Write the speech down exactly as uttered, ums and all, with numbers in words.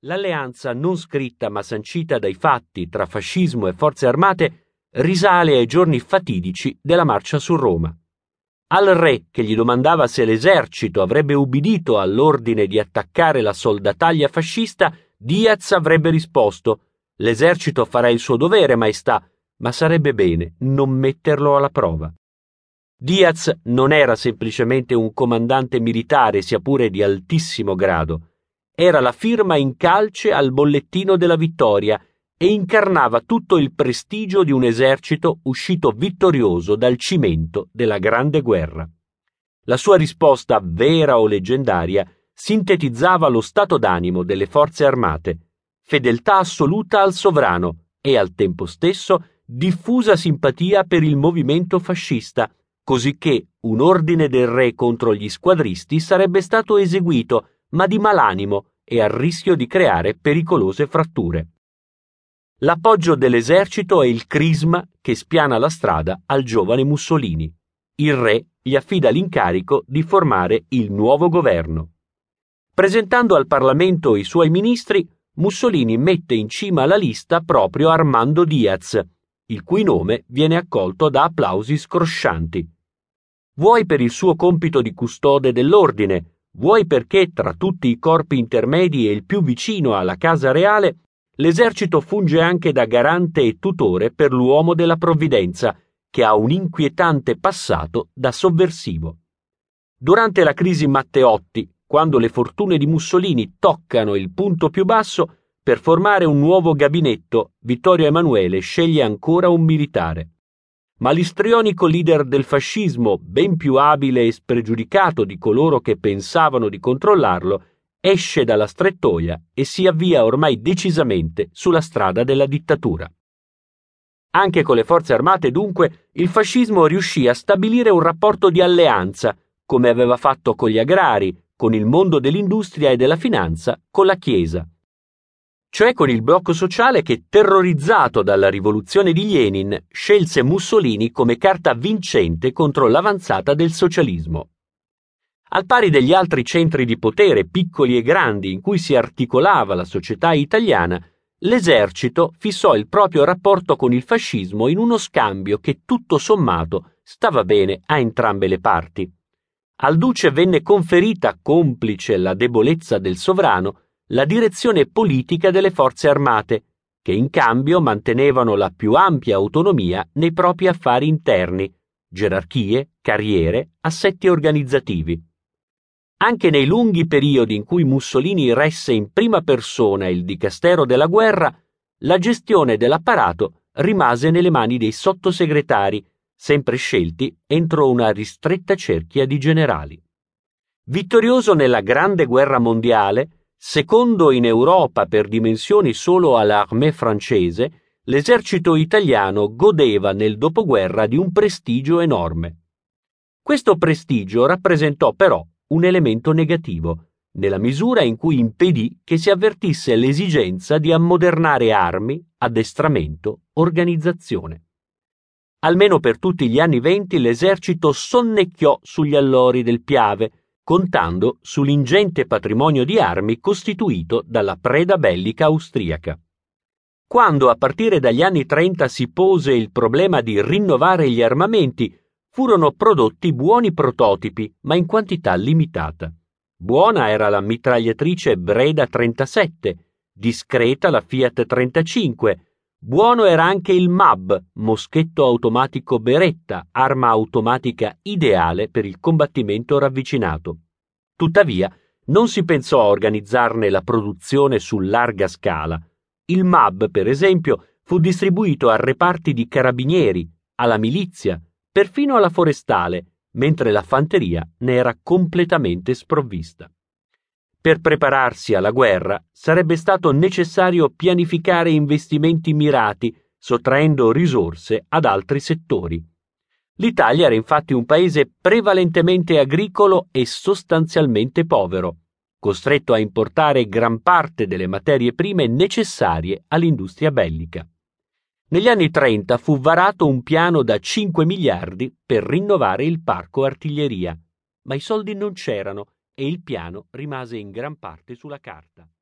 L'alleanza non scritta ma sancita dai fatti tra fascismo e forze armate risale ai giorni fatidici della marcia su Roma. Al re, che gli domandava se l'esercito avrebbe ubbidito all'ordine di attaccare la soldataglia fascista, Diaz avrebbe risposto: «L'esercito farà il suo dovere, maestà, ma sarebbe bene non metterlo alla prova». Diaz non era semplicemente un comandante militare, sia pure di altissimo grado. Era la firma in calce al bollettino della vittoria e incarnava tutto il prestigio di un esercito uscito vittorioso dal cimento della Grande Guerra. La sua risposta, vera o leggendaria, sintetizzava lo stato d'animo delle forze armate: fedeltà assoluta al sovrano e, al tempo stesso, diffusa simpatia per il movimento fascista, cosicché un ordine del re contro gli squadristi sarebbe stato eseguito, ma di malanimo e a rischio di creare pericolose fratture. L'appoggio dell'esercito è il crisma che spiana la strada al giovane Mussolini. Il re gli affida l'incarico di formare il nuovo governo. Presentando al Parlamento i suoi ministri, Mussolini mette in cima alla lista proprio Armando Diaz, il cui nome viene accolto da applausi scroscianti. Vuoi per il suo compito di custode dell'ordine, vuoi perché tra tutti i corpi intermedi e il più vicino alla casa reale, l'esercito funge anche da garante e tutore per l'uomo della provvidenza, che ha un inquietante passato da sovversivo. Durante la crisi Matteotti, quando le fortune di Mussolini toccano il punto più basso, per formare un nuovo gabinetto, Vittorio Emanuele sceglie ancora un militare. Ma l'istrionico leader del fascismo, ben più abile e spregiudicato di coloro che pensavano di controllarlo, esce dalla strettoia e si avvia ormai decisamente sulla strada della dittatura. Anche con le forze armate, dunque, il fascismo riuscì a stabilire un rapporto di alleanza, come aveva fatto con gli agrari, con il mondo dell'industria e della finanza, con la Chiesa. Cioè con il blocco sociale che, terrorizzato dalla rivoluzione di Lenin, scelse Mussolini come carta vincente contro l'avanzata del socialismo. Al pari degli altri centri di potere, piccoli e grandi, in cui si articolava la società italiana, l'esercito fissò il proprio rapporto con il fascismo in uno scambio che, tutto sommato, stava bene a entrambe le parti. Al duce venne conferita, complice la debolezza del sovrano, la direzione politica delle forze armate, che in cambio mantenevano la più ampia autonomia nei propri affari interni, gerarchie, carriere, assetti organizzativi. Anche nei lunghi periodi in cui Mussolini resse in prima persona il Dicastero della Guerra, la gestione dell'apparato rimase nelle mani dei sottosegretari, sempre scelti entro una ristretta cerchia di generali. Vittorioso nella Grande Guerra Mondiale, secondo in Europa per dimensioni solo all'armée francese, l'esercito italiano godeva nel dopoguerra di un prestigio enorme. Questo prestigio rappresentò però un elemento negativo, nella misura in cui impedì che si avvertisse l'esigenza di ammodernare armi, addestramento, organizzazione. Almeno per tutti gli anni venti l'esercito sonnecchiò sugli allori del Piave, contando sull'ingente patrimonio di armi costituito dalla preda bellica austriaca. Quando a partire dagli anni trenta si pose il problema di rinnovare gli armamenti, furono prodotti buoni prototipi, ma in quantità limitata. Buona era la mitragliatrice Breda trentasette, discreta la Fiat trentacinque, buono era anche il M A B, moschetto automatico Beretta, arma automatica ideale per il combattimento ravvicinato. Tuttavia, non si pensò a organizzarne la produzione su larga scala. Il M A B, per esempio, fu distribuito a reparti di carabinieri, alla milizia, perfino alla forestale, mentre la fanteria ne era completamente sprovvista. Per prepararsi alla guerra sarebbe stato necessario pianificare investimenti mirati, sottraendo risorse ad altri settori. L'Italia era infatti un paese prevalentemente agricolo e sostanzialmente povero, costretto a importare gran parte delle materie prime necessarie all'industria bellica. Negli anni trenta fu varato un piano da cinque miliardi per rinnovare il parco artiglieria, ma i soldi non c'erano e il piano rimase in gran parte sulla carta.